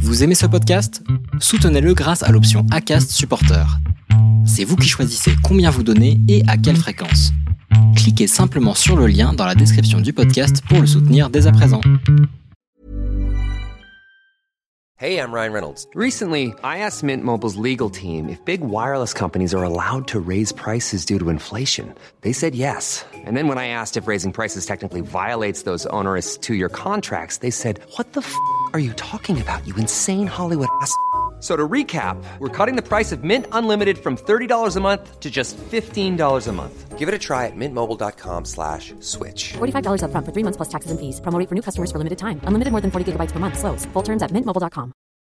Vous aimez ce podcast ? Soutenez-le grâce à l'option Acast Supporter. C'est vous qui choisissez combien vous donnez et à quelle fréquence. Cliquez simplement sur le lien dans la description du podcast pour le soutenir dès à présent. Hey, I'm Ryan Reynolds. Recently, I asked Mint Mobile's legal team if big wireless companies are allowed to raise prices due to inflation. They said yes. And then when I asked if raising prices technically violates those onerous two-year contracts, they said, "What the f*** are you talking about, you insane Hollywood ass?" So to recap, we're cutting the price of Mint Unlimited from $30 a month to just $15 a month. Give it a try at mintmobile.com/switch. $45 up front for 3 months plus taxes and fees. Promo rate for new customers for limited time. Unlimited more than 40 gigabytes per month. Slows full terms at mintmobile.com.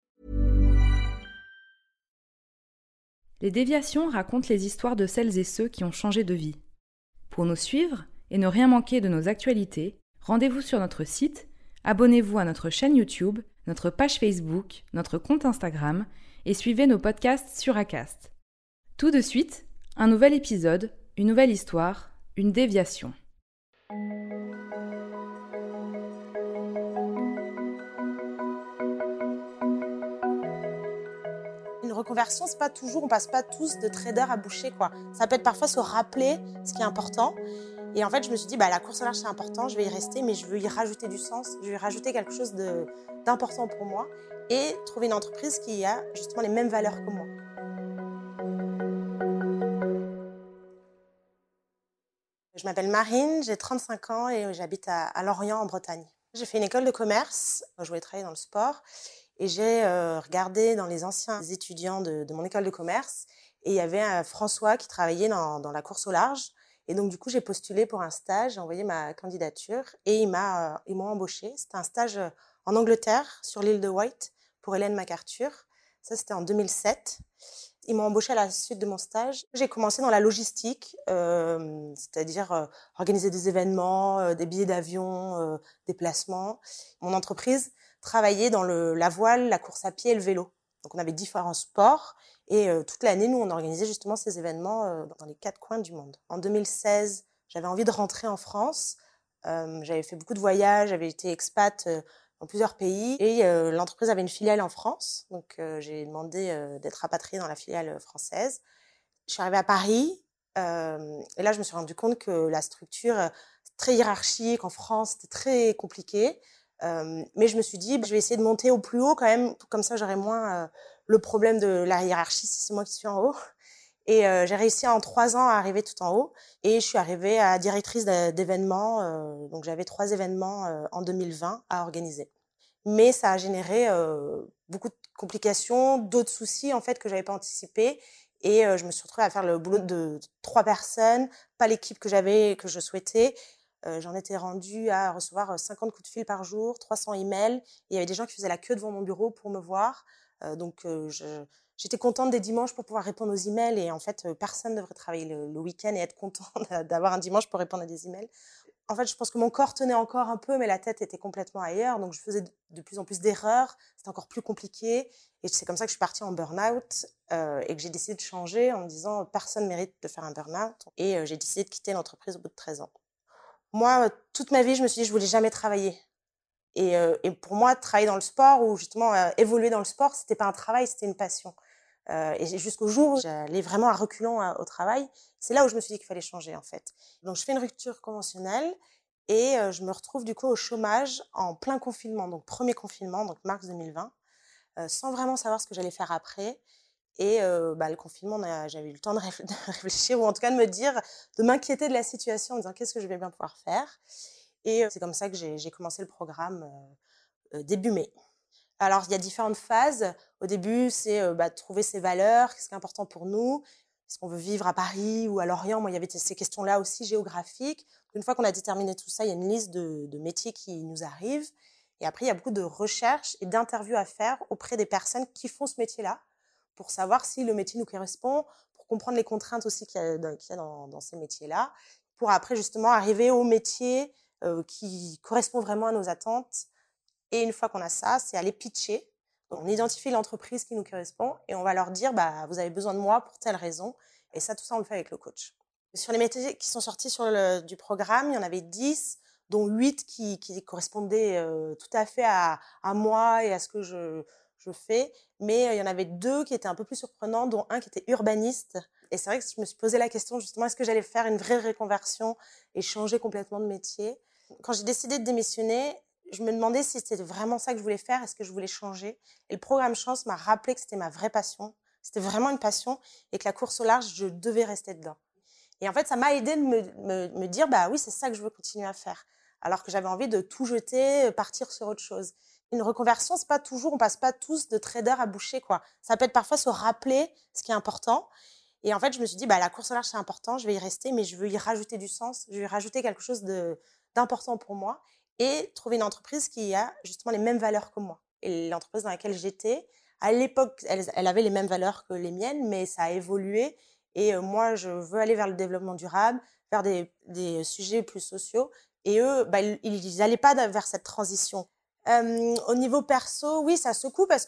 Les déviations racontent les histoires de celles et ceux qui ont changé de vie. Pour nous suivre et ne rien manquer de nos actualités, rendez-vous sur notre site, abonnez-vous à notre chaîne YouTube, notre page Facebook, notre compte Instagram et suivez nos podcasts sur Acast. Tout de suite, un nouvel épisode, une nouvelle histoire, une déviation. Une reconversion, c'est pas toujours, on passe pas tous de trader à boucher, quoi. Ça peut être parfois se rappeler ce qui est important. Et en fait, je me suis dit, la course au large, c'est important, je vais y rester, mais je veux y rajouter du sens, je vais y rajouter quelque chose d'important pour moi et trouver une entreprise qui a justement les mêmes valeurs que moi. Je m'appelle Marine, j'ai 35 ans et j'habite à Lorient, en Bretagne. J'ai fait une école de commerce, je voulais travailler dans le sport et j'ai regardé dans les anciens étudiants de mon école de commerce et il y avait François qui travaillait dans la course au large. Et donc, du coup, j'ai postulé pour un stage, j'ai envoyé ma candidature et ils m'ont embauchée. C'était un stage en Angleterre, sur l'île de Wight, pour Ellen MacArthur. Ça, c'était en 2007. Ils m'ont embauchée à la suite de mon stage. J'ai commencé dans la logistique, c'est-à-dire organiser des événements, des billets d'avion, des placements. Mon entreprise travaillait dans la voile, la course à pied et le vélo. Donc, on avait différents sports. Et toute l'année, nous, on organisait justement ces événements dans les 4 coins du monde. En 2016, j'avais envie de rentrer en France. J'avais fait beaucoup de voyages, j'avais été expat dans plusieurs pays. Et l'entreprise avait une filiale en France. Donc, j'ai demandé d'être rapatriée dans la filiale française. Je suis arrivée à Paris. Et là, je me suis rendu compte que la structure très hiérarchique en France, c'était très compliqué. Mais je me suis dit, je vais essayer de monter au plus haut quand même. Comme ça, j'aurai moins le problème de la hiérarchie si c'est moi qui suis en haut. Et j'ai réussi en 3 ans à arriver tout en haut. Et je suis arrivée à directrice d'événements. Donc j'avais 3 événements en 2020 à organiser. Mais ça a généré beaucoup de complications, d'autres soucis en fait que j'avais pas anticipés. Et je me suis retrouvée à faire le boulot de 3 personnes, pas l'équipe que je souhaitais. J'en étais rendue à recevoir 50 coups de fil par jour, 300 emails. Et il y avait des gens qui faisaient la queue devant mon bureau pour me voir. Donc, j'étais contente des dimanches pour pouvoir répondre aux emails. Et en fait, personne ne devrait travailler le week-end et être content d'avoir un dimanche pour répondre à des emails. En fait, je pense que mon corps tenait encore un peu, mais la tête était complètement ailleurs. Donc, je faisais de plus en plus d'erreurs. C'était encore plus compliqué. Et c'est comme ça que je suis partie en burn-out et que j'ai décidé de changer en me disant personne ne mérite de faire un burn-out. Et j'ai décidé de quitter l'entreprise au bout de 13 ans. Moi, toute ma vie, je me suis dit je voulais jamais travailler. Et pour moi, travailler dans le sport ou justement évoluer dans le sport, c'était pas un travail, c'était une passion. Et jusqu'au jour où j'allais vraiment à reculons au travail, c'est là où je me suis dit qu'il fallait changer en fait. Donc je fais une rupture conventionnelle et je me retrouve du coup au chômage en plein confinement, donc premier confinement, donc mars 2020, sans vraiment savoir ce que j'allais faire après. Et le confinement, j'avais eu le temps de réfléchir ou en tout cas de m'inquiéter de la situation en me disant qu'est-ce que je vais bien pouvoir faire. Et c'est comme ça que j'ai commencé le programme début mai. Alors, il y a différentes phases. Au début, c'est trouver ses valeurs, qu'est-ce qui est important pour nous. Est-ce qu'on veut vivre à Paris ou à Lorient? Moi, il y avait ces questions-là aussi géographiques. Une fois qu'on a déterminé tout ça, il y a une liste de métiers qui nous arrivent. Et après, il y a beaucoup de recherches et d'interviews à faire auprès des personnes qui font ce métier-là pour savoir si le métier nous correspond, pour comprendre les contraintes aussi qu'il y a dans ces métiers-là, pour après justement arriver au métier qui correspond vraiment à nos attentes. Et une fois qu'on a ça, c'est aller pitcher. Donc, on identifie l'entreprise qui nous correspond et on va leur dire vous avez besoin de moi pour telle raison. Et ça, tout ça, on le fait avec le coach. Sur les métiers qui sont sortis du programme, il y en avait 10, dont 8 qui correspondaient tout à fait à moi et à ce que je fais. Mais il y en avait 2 qui étaient un peu plus surprenants, dont un qui était urbaniste. Et c'est vrai que je me suis posé la question, justement, est-ce que j'allais faire une vraie reconversion et changer complètement de métier? Quand j'ai décidé de démissionner, je me demandais si c'était vraiment ça que je voulais faire, est-ce que je voulais changer? Et le programme Chance m'a rappelé que c'était ma vraie passion. C'était vraiment une passion et que la course au large, je devais rester dedans. Et en fait, ça m'a aidé de me dire, bah oui, c'est ça que je veux continuer à faire. Alors que j'avais envie de tout jeter, partir sur autre chose. Une reconversion, c'est pas toujours, on passe pas tous de trader à boucher, quoi. Ça peut être parfois se rappeler ce qui est important. Et en fait, je me suis dit, bah la course au large, c'est important, je vais y rester, mais je veux y rajouter du sens, je vais y rajouter quelque chose d'important pour moi et trouver une entreprise qui a justement les mêmes valeurs que moi. Et l'entreprise dans laquelle j'étais, à l'époque, elle avait les mêmes valeurs que les miennes, mais ça a évolué. Et moi, je veux aller vers le développement durable, vers des sujets plus sociaux. Et eux, bah, ils n'allaient pas vers cette transition. Au niveau perso, oui, ça secoue parce que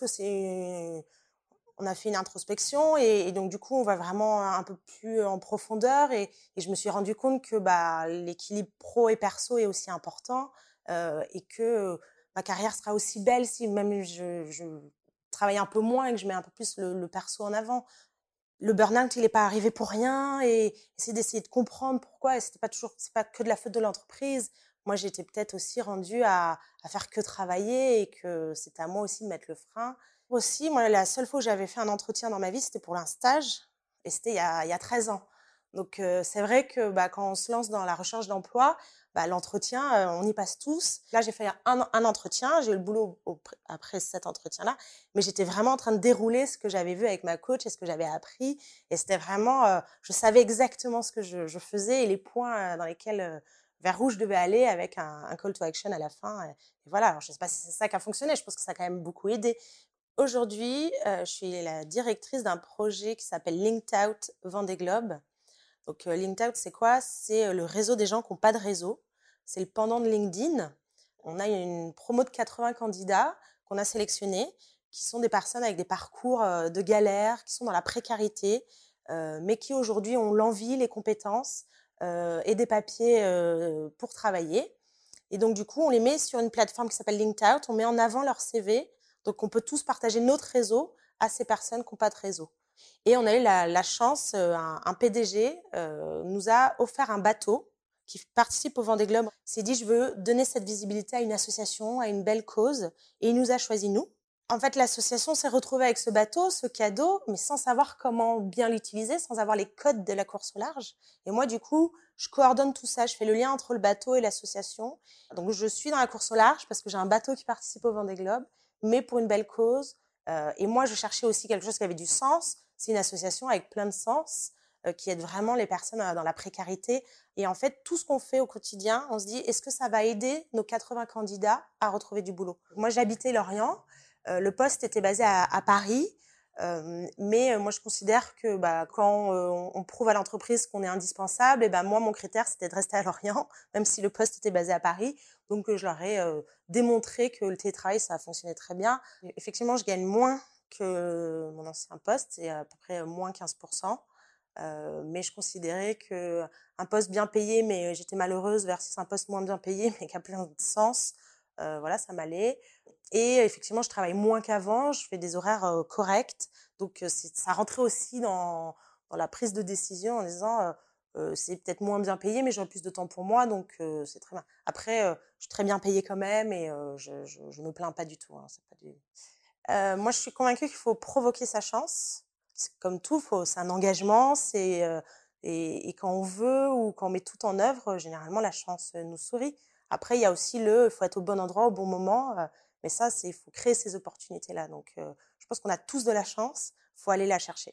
on a fait une introspection et donc du coup, on va vraiment un peu plus en profondeur. Et je me suis rendu compte que bah, l'équilibre pro et perso est aussi important et que ma carrière sera aussi belle si même je travaille un peu moins et que je mets un peu plus le perso en avant. Le burn-out, il n'est pas arrivé pour rien et essayer d'essayer de comprendre pourquoi. Et c'est pas que de la faute de l'entreprise. Moi, j'étais peut-être aussi rendue à faire que travailler et que c'était à moi aussi de mettre le frein. Aussi, moi, la seule fois où j'avais fait un entretien dans ma vie, c'était pour un stage et c'était il y a 13 ans. Donc, c'est vrai que bah, quand on se lance dans la recherche d'emploi, bah, l'entretien, on y passe tous. Là, j'ai fait un entretien, j'ai eu le boulot après cet entretien-là, mais j'étais vraiment en train de dérouler ce que j'avais vu avec ma coach et ce que j'avais appris. Et c'était vraiment, je savais exactement ce que je faisais et les points dans lesquels, vers où je devais aller avec un call to action à la fin. Et voilà, alors je ne sais pas si c'est ça qui a fonctionné, je pense que ça a quand même beaucoup aidé. Aujourd'hui, je suis la directrice d'un projet qui s'appelle Linked Out Vendée Globe. Donc, Linked Out, c'est quoi? C'est le réseau des gens qui n'ont pas de réseau. C'est le pendant de LinkedIn. On a une promo de 80 candidats qu'on a sélectionnés, qui sont des personnes avec des parcours de galère, qui sont dans la précarité, mais qui aujourd'hui ont l'envie, les compétences et des papiers pour travailler. Et donc, du coup, on les met sur une plateforme qui s'appelle Linked Out. On met en avant leur CV. Donc, on peut tous partager notre réseau à ces personnes qui n'ont pas de réseau. Et on a eu la chance, un PDG nous a offert un bateau qui participe au Vendée Globe. Il s'est dit, je veux donner cette visibilité à une association, à une belle cause. Et il nous a choisi nous. En fait, l'association s'est retrouvée avec ce bateau, ce cadeau, mais sans savoir comment bien l'utiliser, sans avoir les codes de la course au large. Et moi, du coup, je coordonne tout ça. Je fais le lien entre le bateau et l'association. Donc, je suis dans la course au large parce que j'ai un bateau qui participe au Vendée Globe, mais pour une belle cause. Et moi, je cherchais aussi quelque chose qui avait du sens. C'est une association avec plein de sens qui aide vraiment les personnes dans la précarité. Et en fait, tout ce qu'on fait au quotidien, on se dit, est-ce que ça va aider nos 80 candidats à retrouver du boulot? Moi, j'habitais Lorient. Le poste était basé à Paris. Mais moi, je considère que quand on prouve à l'entreprise qu'on est indispensable, et moi, mon critère, c'était de rester à Lorient, même si le poste était basé à Paris. Donc, je leur ai démontré que le télétravail, ça a fonctionné très bien. Et effectivement, je gagne moins que mon ancien poste, c'est à peu près moins 15%. Mais je considérais qu'un poste bien payé, mais j'étais malheureuse versus un poste moins bien payé, mais qui a plein de sens, voilà, ça m'allait. Et effectivement, je travaille moins qu'avant, je fais des horaires corrects. Donc, ça rentrait aussi dans la prise de décision en disant c'est peut-être moins bien payé, mais j'aurai plus de temps pour moi, donc c'est très bien. Après, je suis très bien payée quand même et je me plains pas du tout. Hein, c'est pas du... moi, je suis convaincue qu'il faut provoquer sa chance. C'est comme tout, c'est un engagement, et quand on veut ou quand on met tout en œuvre, généralement, la chance nous sourit. Après, il y a aussi il faut être au bon endroit, au bon moment. Mais ça, il faut créer ces opportunités-là. Donc, je pense qu'on a tous de la chance. Il faut aller la chercher.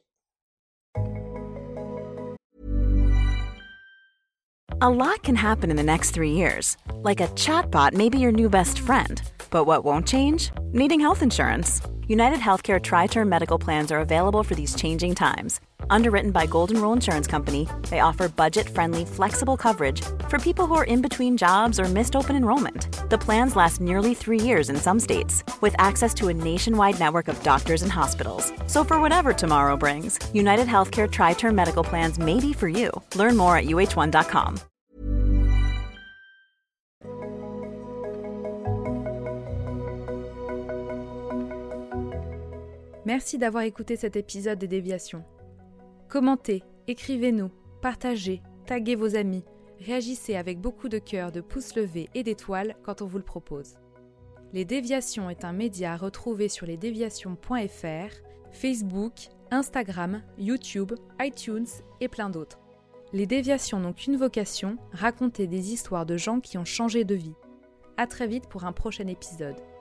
A lot can happen in the next 3 years. Like a chatbot may be your new best friend. But what won't change? Needing health insurance. United Healthcare Tri-Term Medical Plans are available for these changing times. Underwritten by Golden Rule Insurance Company, they offer budget-friendly, flexible coverage for people who are in between jobs or missed open enrollment. The plans last nearly 3 years in some states, with access to a nationwide network of doctors and hospitals. So for whatever tomorrow brings, United Healthcare Tri-Term Medical Plans may be for you. Learn more at uh1.com. Merci d'avoir écouté cet épisode des Déviations. Commentez, écrivez-nous, partagez, taguez vos amis, réagissez avec beaucoup de cœur, de pouces levés et d'étoiles quand on vous le propose. Les Déviations est un média à retrouver sur lesdéviations.fr, Facebook, Instagram, YouTube, iTunes et plein d'autres. Les Déviations n'ont qu'une vocation, raconter des histoires de gens qui ont changé de vie. À très vite pour un prochain épisode.